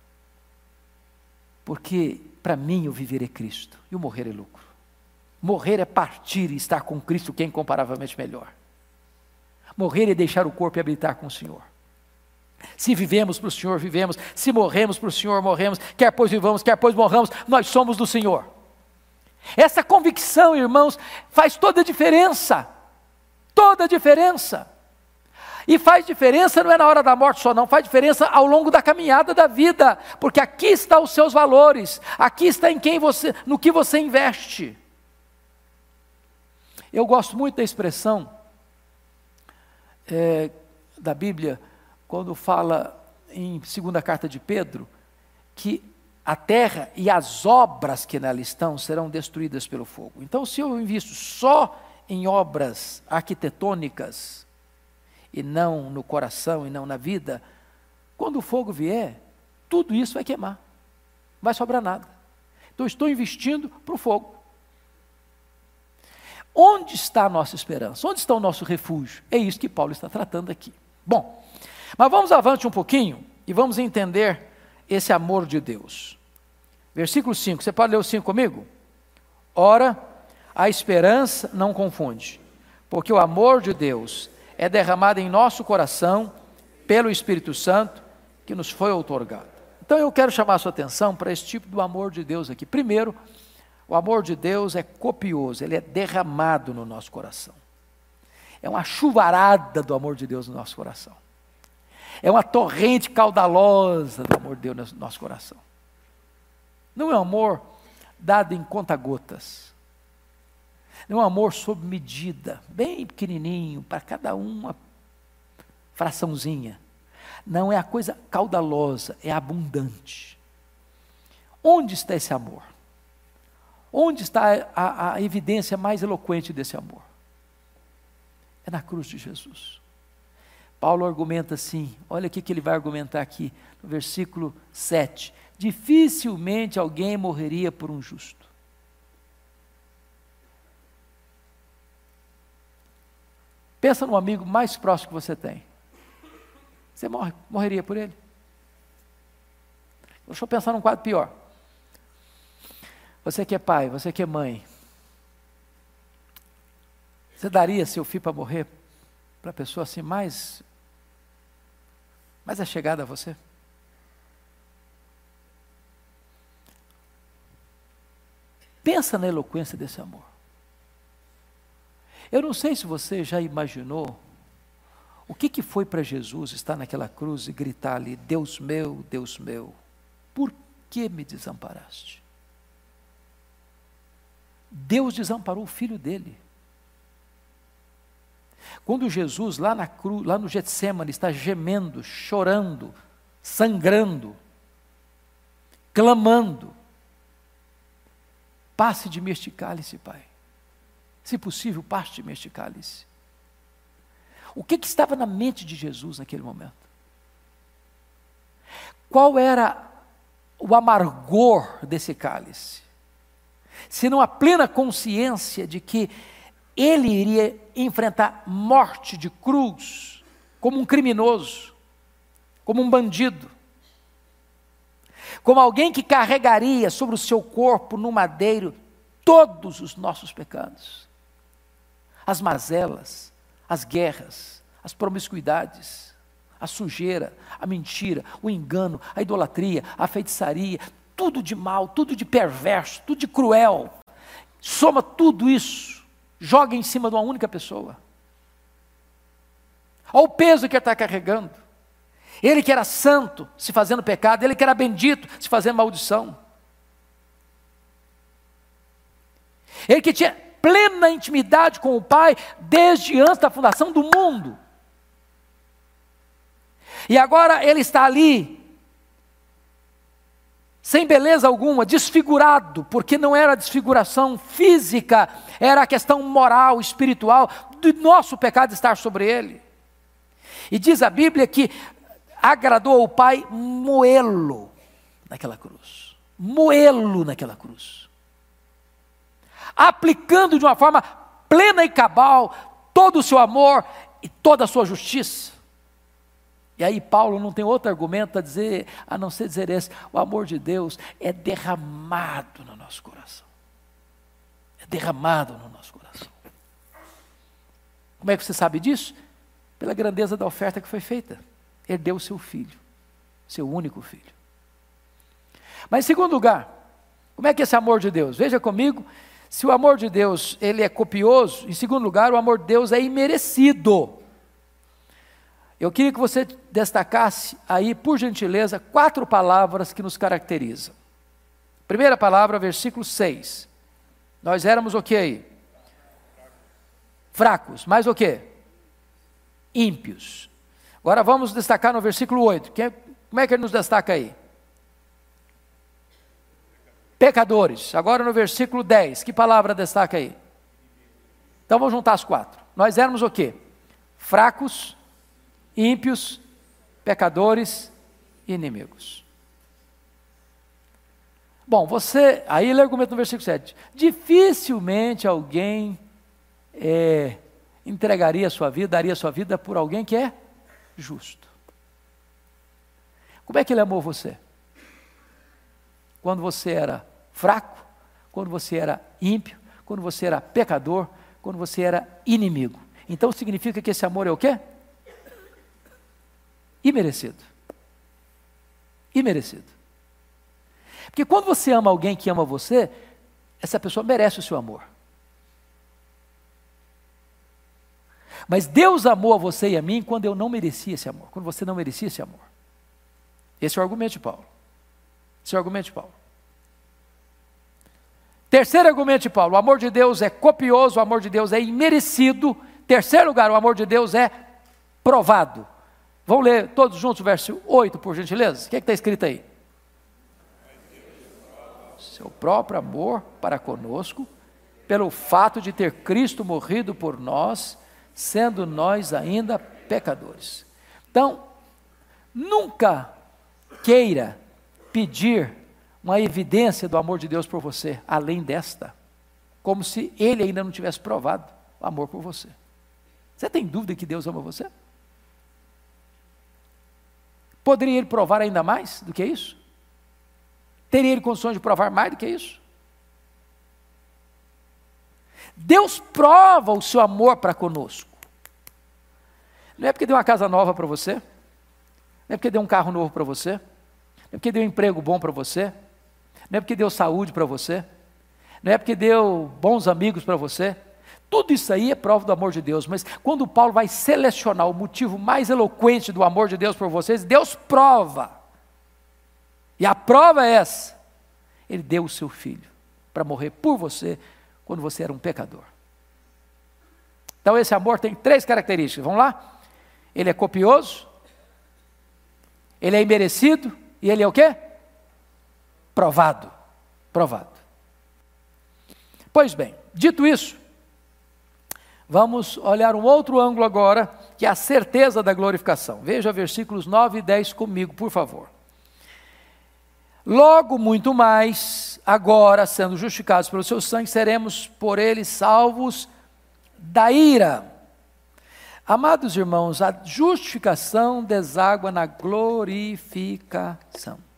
porque para mim o viver é Cristo e o morrer é lucro. Morrer é partir e estar com Cristo, que é incomparavelmente melhor. Morrer é deixar o corpo e habitar com o Senhor. Se vivemos para o Senhor, vivemos. Se morremos para o Senhor, morremos. Quer pois vivamos, quer pois morramos, nós somos do Senhor. Essa convicção, irmãos, faz toda a diferença. Toda a diferença. E faz diferença não é na hora da morte só não, faz diferença ao longo da caminhada da vida. Porque aqui estão os seus valores. Aqui está em quem você, no que você investe. Eu gosto muito da expressão é, da Bíblia, quando fala em segunda carta de Pedro, que a terra e as obras que nela estão serão destruídas pelo fogo. Então, se eu invisto só em obras arquitetônicas, e não no coração, e não na vida, quando o fogo vier, tudo isso vai queimar, não vai sobrar nada. Então, eu estou investindo para o fogo. Onde está a nossa esperança? Onde está o nosso refúgio? É isso que Paulo está tratando aqui. Bom, mas vamos avante um pouquinho, e vamos entender esse amor de Deus. Versículo cinco, você pode ler o cinco comigo? Ora, a esperança não confunde, porque o amor de Deus é derramado em nosso coração pelo Espírito Santo que nos foi outorgado. Então eu quero chamar a sua atenção para esse tipo do amor de Deus aqui. Primeiro, o amor de Deus é copioso, ele é derramado no nosso coração. É uma chuvarada do amor de Deus no nosso coração. É uma torrente caudalosa do amor de Deus no nosso coração. Não é um amor dado em conta-gotas. Não é um amor sob medida, bem pequenininho, para cada uma fraçãozinha. Não é a coisa caudalosa, é abundante. Onde está esse amor? Onde está a, a evidência mais eloquente desse amor? É na cruz de Jesus. Paulo argumenta assim, olha o que ele vai argumentar aqui, no versículo sete. Dificilmente alguém morreria por um justo. Pensa no amigo mais próximo que você tem. Você morre, morreria por ele? Deixa eu pensar num quadro pior. Você que é pai, você que é mãe, você daria seu filho para morrer para a pessoa assim mais, mais achegada a você? Pensa na eloquência desse amor. Eu não sei se você já imaginou o que, que foi para Jesus estar naquela cruz e gritar ali, Deus meu, Deus meu, por que me desamparaste? Deus desamparou o filho dele. Quando Jesus lá na cruz, lá no Getsêmani, está gemendo, chorando, sangrando, clamando, passe de mim este cálice, Pai. Se possível, passe de mim este cálice. O que, que estava na mente de Jesus naquele momento? Qual era o amargor desse cálice? Se não a plena consciência de que ele iria enfrentar morte de cruz, como um criminoso, como um bandido, como alguém que carregaria sobre o seu corpo no madeiro todos os nossos pecados, as mazelas, as guerras, as promiscuidades, a sujeira, a mentira, o engano, a idolatria, a feitiçaria, tudo de mal, tudo de perverso, tudo de cruel. Soma tudo isso, joga em cima de uma única pessoa. Olha o peso que ele está carregando. Ele que era santo, se fazendo pecado, ele que era bendito, se fazendo maldição. Ele que tinha plena intimidade com o Pai, desde antes da fundação do mundo. E agora ele está ali, sem beleza alguma, desfigurado, porque não era desfiguração física, era a questão moral, espiritual, do nosso pecado estar sobre ele. E diz a Bíblia que agradou ao Pai moê-lo naquela cruz, moê-lo naquela cruz, aplicando de uma forma plena e cabal todo o seu amor e toda a sua justiça. E aí Paulo não tem outro argumento a dizer, a não ser dizer esse, o amor de Deus é derramado no nosso coração, é derramado no nosso coração. Como é que você sabe disso? Pela grandeza da oferta que foi feita. Ele deu o seu filho, seu único filho. Mas em segundo lugar, como é que é esse amor de Deus? Veja comigo, se o amor de Deus ele é copioso, em segundo lugar, o amor de Deus é imerecido. Eu queria que você destacasse aí, por gentileza, quatro palavras que nos caracterizam. Primeira palavra, versículo seis. Nós éramos o que aí? Fracos. Mais o que? Ímpios. Agora vamos destacar no versículo oito. Quem, como é que ele nos destaca aí? pecadores. Agora no versículo dez, que palavra destaca aí? Então vamos juntar as quatro. Nós éramos o quê? Fracos, ímpios, pecadores e inimigos. Bom, você, aí ele argumenta no versículo sete, dificilmente alguém é, entregaria a sua vida, daria a sua vida por alguém que é justo. Como é que ele amou você? Quando você era fraco, quando você era ímpio, quando você era pecador, quando você era inimigo. Então significa que esse amor é o quê? Imerecido. Imerecido. Porque quando você ama alguém que ama você, essa pessoa merece o seu amor. Mas Deus amou a você e a mim quando eu não merecia esse amor, quando você não merecia esse amor. Esse é o argumento de Paulo. Esse é o argumento de Paulo. Terceiro argumento de Paulo, o amor de Deus é copioso, o amor de Deus é imerecido. Terceiro lugar, o amor de Deus é provado. Vamos ler todos juntos o verso oito, por gentileza? O que é que está escrito aí? Seu próprio amor para conosco, pelo fato de ter Cristo morrido por nós, sendo nós ainda pecadores. Então, nunca queira pedir uma evidência do amor de Deus por você, além desta, como se Ele ainda não tivesse provado o amor por você. Você tem dúvida que Deus ama você? Poderia Ele provar ainda mais do que isso? Teria Ele condições de provar mais do que isso? Deus prova o seu amor para conosco. Não é porque deu uma casa nova para você, não é porque deu um carro novo para você, não é porque deu um emprego bom para você, não é porque deu saúde para você, não é porque deu bons amigos para você. Tudo isso aí é prova do amor de Deus, mas quando Paulo vai selecionar o motivo mais eloquente do amor de Deus por vocês, Deus prova. E a prova é essa: Ele deu o seu filho para morrer por você quando você era um pecador. Então esse amor tem três características, vamos lá? Ele é copioso, ele é imerecido e ele é o quê? Provado. Provado. Pois bem, dito isso, vamos olhar um outro ângulo agora, que é a certeza da glorificação. Veja versículos nove e dez comigo, por favor. Logo muito mais, agora sendo justificados pelo seu sangue, seremos por ele salvos da ira. Amados irmãos, a justificação deságua na glorificação.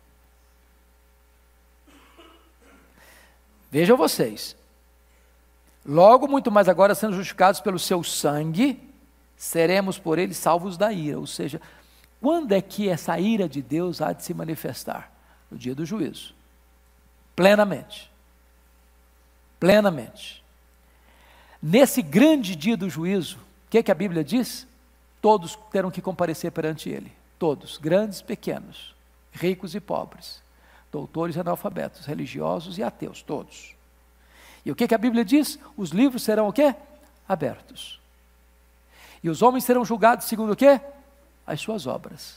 Vejam vocês, logo muito mais agora sendo justificados pelo seu sangue, seremos por ele salvos da ira. Ou seja, quando é que essa ira de Deus há de se manifestar? No dia do juízo, plenamente, plenamente. Nesse grande dia do juízo, o que, que a Bíblia diz? Todos terão que comparecer perante Ele, todos, grandes e pequenos, ricos e pobres, doutores e analfabetos, religiosos e ateus, todos. E o que, que a Bíblia diz? Os livros serão o quê? Abertos. E os homens serão julgados segundo o quê? As suas obras.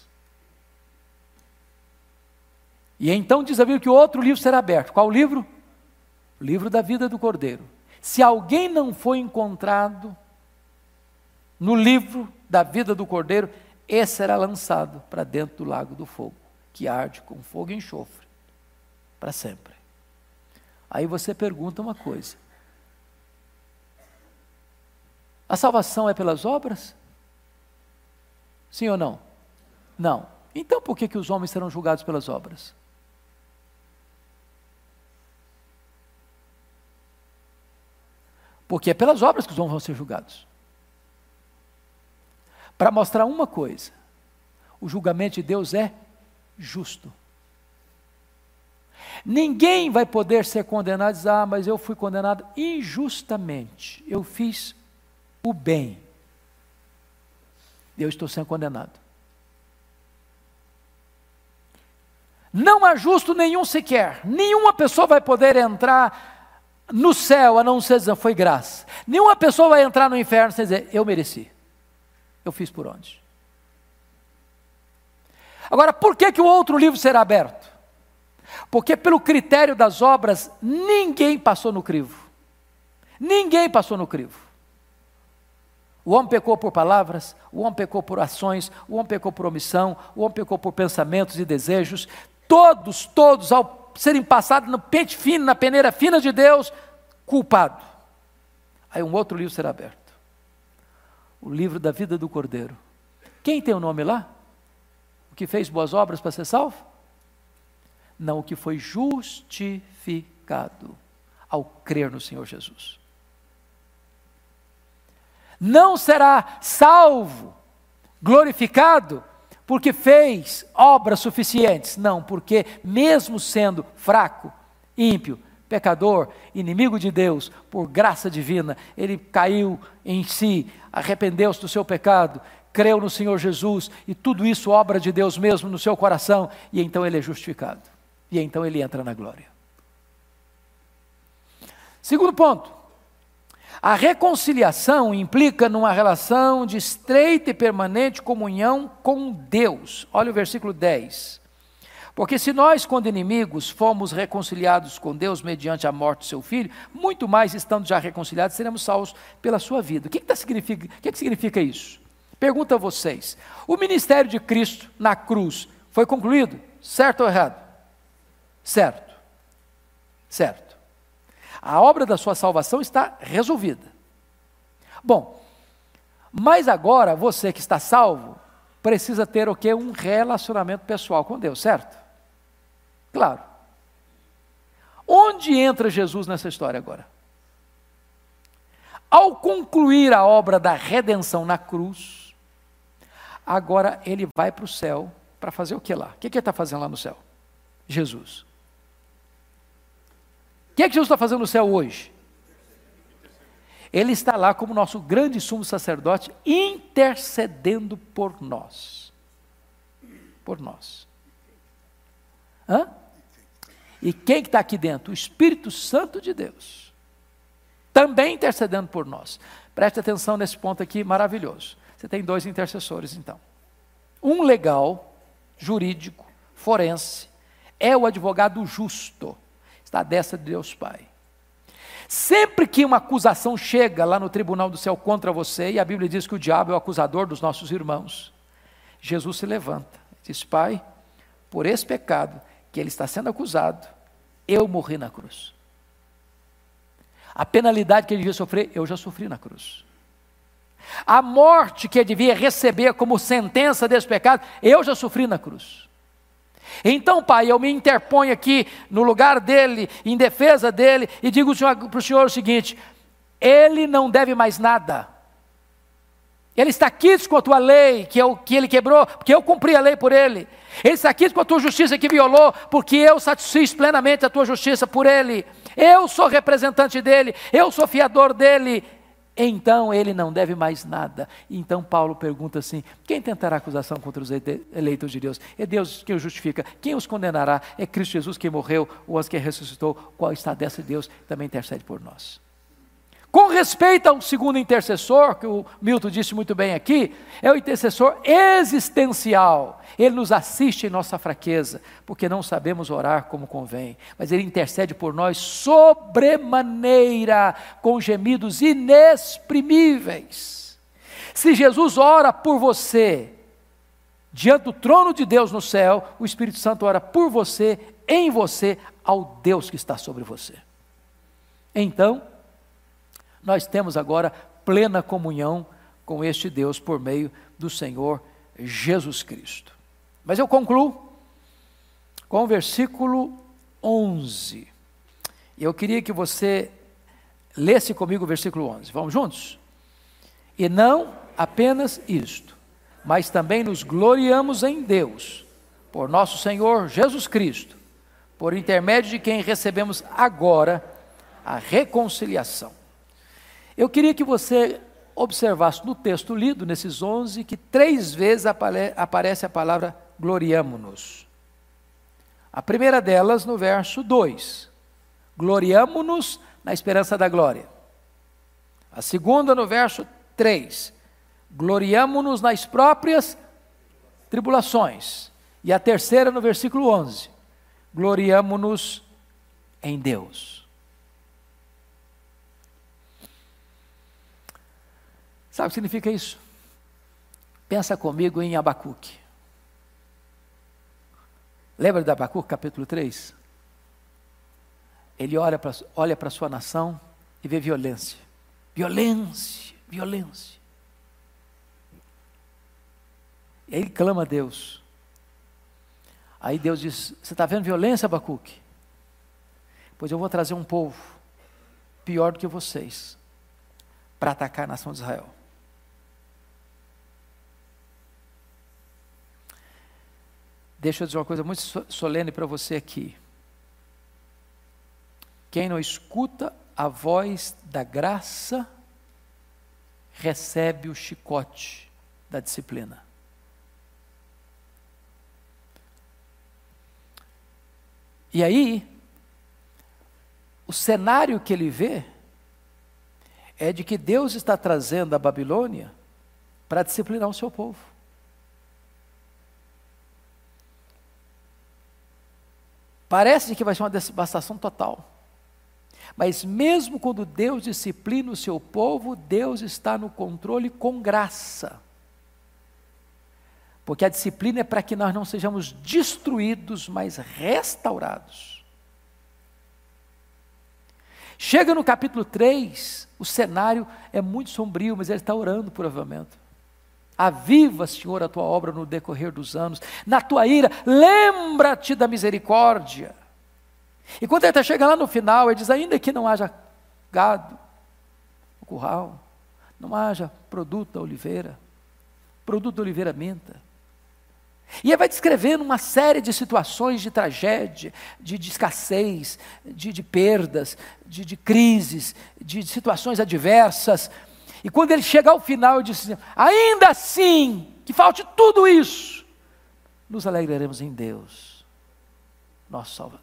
E então diz a Bíblia que o outro livro será aberto. Qual livro? O livro da vida do Cordeiro. Se alguém não foi encontrado no livro da vida do Cordeiro, esse será lançado para dentro do lago do fogo, que arde com fogo e enxofre, para sempre. Aí você pergunta uma coisa: a salvação é pelas obras? Sim ou não? Não. Então por que, que os homens serão julgados pelas obras? Porque é pelas obras que os homens vão ser julgados. Para mostrar uma coisa: o julgamento de Deus é justo. Ninguém vai poder ser condenado e dizer: ah, mas eu fui condenado injustamente, eu fiz o bem, eu estou sendo condenado. Não há justo nenhum sequer, nenhuma pessoa vai poder entrar no céu, a não ser dizer, foi graça. Nenhuma pessoa vai entrar no inferno sem dizer, eu mereci, eu fiz por onde. Agora, por que que o outro livro será aberto? Porque pelo critério das obras, ninguém passou no crivo. Ninguém passou no crivo. O homem pecou por palavras, o homem pecou por ações, o homem pecou por omissão, o homem pecou por pensamentos e desejos. Todos, todos, ao serem passados no pente fino, na peneira fina de Deus, culpado. Aí um outro livro será aberto. O livro da vida do Cordeiro. Quem tem o nome lá? O que fez boas obras para ser salvo? Não, o que foi justificado ao crer no Senhor Jesus. Não será salvo, glorificado, porque fez obras suficientes. Não, porque mesmo sendo fraco, ímpio, pecador, inimigo de Deus, por graça divina, ele caiu em si, arrependeu-se do seu pecado, creu no Senhor Jesus, e tudo isso obra de Deus mesmo no seu coração, e então ele é justificado, e então ele entra na glória. Segundo ponto, a reconciliação implica numa relação de estreita e permanente comunhão com Deus. Olha o versículo dez. Porque se nós, quando inimigos, fomos reconciliados com Deus mediante a morte do seu Filho, muito mais, estando já reconciliados, seremos salvos pela sua vida. O que, que, tá significa, o que, que significa isso? Pergunto a vocês. O ministério de Cristo na cruz foi concluído? Certo ou errado? Certo. Certo. A obra da sua salvação está resolvida. Bom, mas agora você que está salvo, precisa ter o quê? Um relacionamento pessoal com Deus, certo? Claro. Onde entra Jesus nessa história agora? Ao concluir a obra da redenção na cruz, agora ele vai para o céu para fazer o que lá? O que, que ele está fazendo lá no céu? Jesus. O que é que Jesus está fazendo no céu hoje? Ele está lá como nosso grande sumo sacerdote, intercedendo por nós. Por nós. Hã? E quem que está aqui dentro? O Espírito Santo de Deus. Também intercedendo por nós. Preste atenção nesse ponto aqui maravilhoso. Você tem dois intercessores então. Um legal, jurídico, forense, é o advogado justo. Está à destra de Deus Pai. Sempre que uma acusação chega lá no tribunal do céu contra você, e a Bíblia diz que o diabo é o acusador dos nossos irmãos, Jesus se levanta e diz: Pai, por esse pecado que ele está sendo acusado, eu morri na cruz. A penalidade que ele devia sofrer, eu já sofri na cruz. A morte que ele devia receber como sentença desse pecado, eu já sofri na cruz. Então, Pai, eu me interponho aqui no lugar dele, em defesa dele, e digo para o Senhor o seguinte: ele não deve mais nada. Ele está quites com a tua lei, que, eu, que ele quebrou, porque eu cumpri a lei por ele. Ele está quites com a tua justiça que violou, porque eu satisfiz plenamente a tua justiça por ele. Eu sou representante dele, eu sou fiador dele. Então ele não deve mais nada. Então Paulo pergunta assim: quem tentará acusação contra os eleitos de Deus? É Deus quem os justifica. Quem os condenará? É Cristo Jesus que morreu, o anjo que ressuscitou, qual está dessa Deus, também intercede por nós. Com respeito ao segundo intercessor, que o Milton disse muito bem aqui, é o intercessor existencial. Ele nos assiste em nossa fraqueza, porque não sabemos orar como convém, mas ele intercede por nós sobremaneira, com gemidos inexprimíveis. Se Jesus ora por você, diante do trono de Deus no céu, o Espírito Santo ora por você, em você, ao Deus que está sobre você. Então, nós temos agora plena comunhão com este Deus por meio do Senhor Jesus Cristo. Mas eu concluo com o versículo onze. Eu queria que você lesse comigo o versículo onze. Vamos juntos? E não apenas isto, mas também nos gloriamos em Deus, por nosso Senhor Jesus Cristo, por intermédio de quem recebemos agora a reconciliação. Eu queria que você observasse no texto lido, nesses onze, que três vezes apare- aparece a palavra gloriamo-nos. A primeira delas no verso dois, gloriamo-nos na esperança da glória. A segunda no verso três, gloriamo-nos nas próprias tribulações. E a terceira no versículo onze, gloriamo-nos em Deus. Sabe o que significa isso? Pensa comigo em Abacuque. Lembra de Abacuque, capítulo três? Ele olha para olha para a sua nação e vê violência. Violência, violência. E aí ele clama a Deus. Aí Deus diz: você está vendo violência, Abacuque? Pois eu vou trazer um povo pior do que vocês para atacar a nação de Israel. Deixa eu dizer uma coisa muito solene para você aqui. Quem não escuta a voz da graça, recebe o chicote da disciplina. E aí, o cenário que ele vê é de que Deus está trazendo a Babilônia para disciplinar o seu povo. Parece que vai ser uma devastação total. Mas mesmo quando Deus disciplina o seu povo, Deus está no controle com graça. Porque a disciplina é para que nós não sejamos destruídos, mas restaurados. Chega no capítulo três, o cenário é muito sombrio, mas ele está orando por avivamento. Aviva, Senhor, a tua obra no decorrer dos anos. Na tua ira, lembra-te da misericórdia. E quando ele está chegando lá no final, ele diz: ainda que não haja gado no curral, não haja produto da oliveira, produto da oliveira minta. E ele vai descrevendo uma série de situações de tragédia, de, de escassez, de, de perdas, de, de crises, de, de situações adversas. E quando ele chega ao final, ele diz assim: ainda assim, que falte tudo isso, nos alegraremos em Deus, nosso Salvador.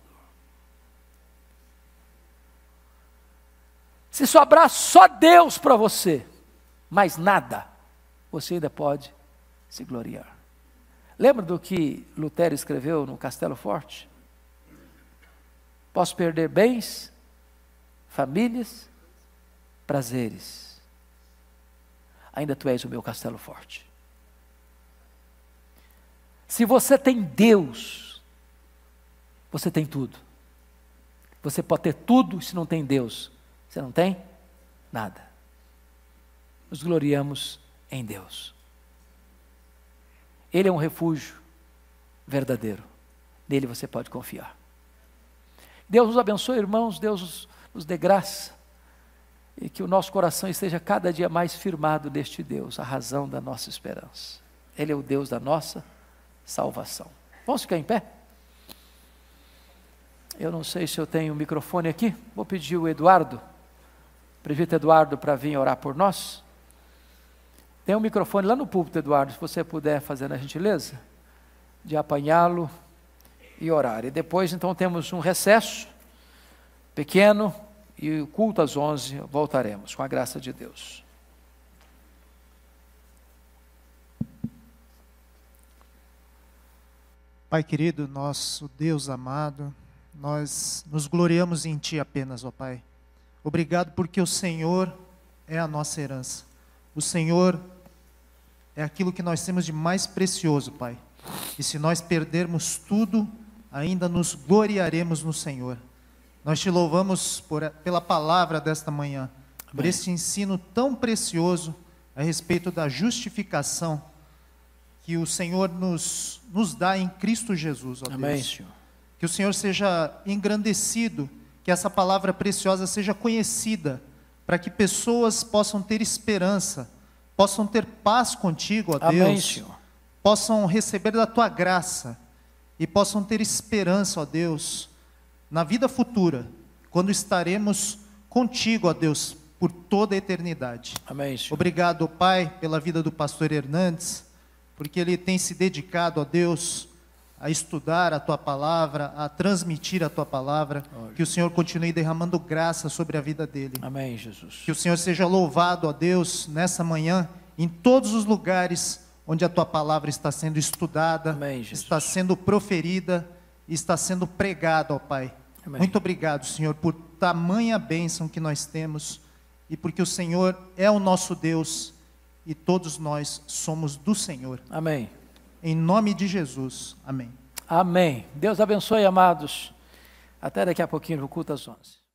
Se sobrar só Deus para você, mais nada, você ainda pode se gloriar. Lembra do que Lutero escreveu no Castelo Forte? Posso perder bens, famílias, prazeres, ainda tu és o meu castelo forte. Se você tem Deus, você tem tudo. Você pode ter tudo, se não tem Deus, você não tem nada. Nos gloriamos em Deus. Ele é um refúgio verdadeiro. Nele você pode confiar. Deus nos abençoe, irmãos. Deus nos dê graça. E que o nosso coração esteja cada dia mais firmado neste Deus, a razão da nossa esperança. Ele é o Deus da nossa salvação. Vamos ficar em pé? Eu não sei se eu tenho um microfone aqui. Vou pedir o Eduardo, o prefeito Eduardo, para vir orar por nós. Tem um microfone lá no púlpito, Eduardo, se você puder fazer a gentileza de apanhá-lo e orar. E depois, então, temos um recesso pequeno e o culto às onze, voltaremos, com a graça de Deus.
Pai querido, nosso Deus amado, nós nos gloriamos em Ti apenas, ó Pai. Obrigado porque o Senhor é a nossa herança. O Senhor é aquilo que nós temos de mais precioso, Pai. E se nós perdermos tudo, ainda nos gloriaremos no Senhor. Nós Te louvamos por, pela palavra desta manhã, Amém. Por este ensino tão precioso a respeito da justificação que o Senhor nos, nos dá em Cristo Jesus, ó
Amém,
Deus.
Senhor.
Que o Senhor seja engrandecido, que essa palavra preciosa seja conhecida, para que pessoas possam ter esperança, possam ter paz contigo, ó
Amém,
Deus,
Senhor.
Possam receber da Tua graça e possam ter esperança, ó Deus, na vida futura, quando estaremos contigo, ó Deus, por toda a eternidade.
Amém, Senhor.
Obrigado, Pai, pela vida do pastor Hernandes, porque ele tem se dedicado, ó Deus, a estudar a Tua palavra, a transmitir a Tua palavra. Olha. Que o Senhor continue derramando graça sobre a vida dele.
Amém, Jesus.
Que o Senhor seja louvado, ó Deus, nessa manhã, em todos os lugares onde a Tua palavra está sendo estudada,
Amém,
está sendo proferida, está sendo pregado, ó Pai.
Amém.
Muito obrigado, Senhor, por tamanha bênção que nós temos e porque o Senhor é o nosso Deus e todos nós somos do Senhor.
Amém.
Em nome de Jesus. Amém.
Amém. Deus abençoe, amados. Até daqui a pouquinho no culto às onze.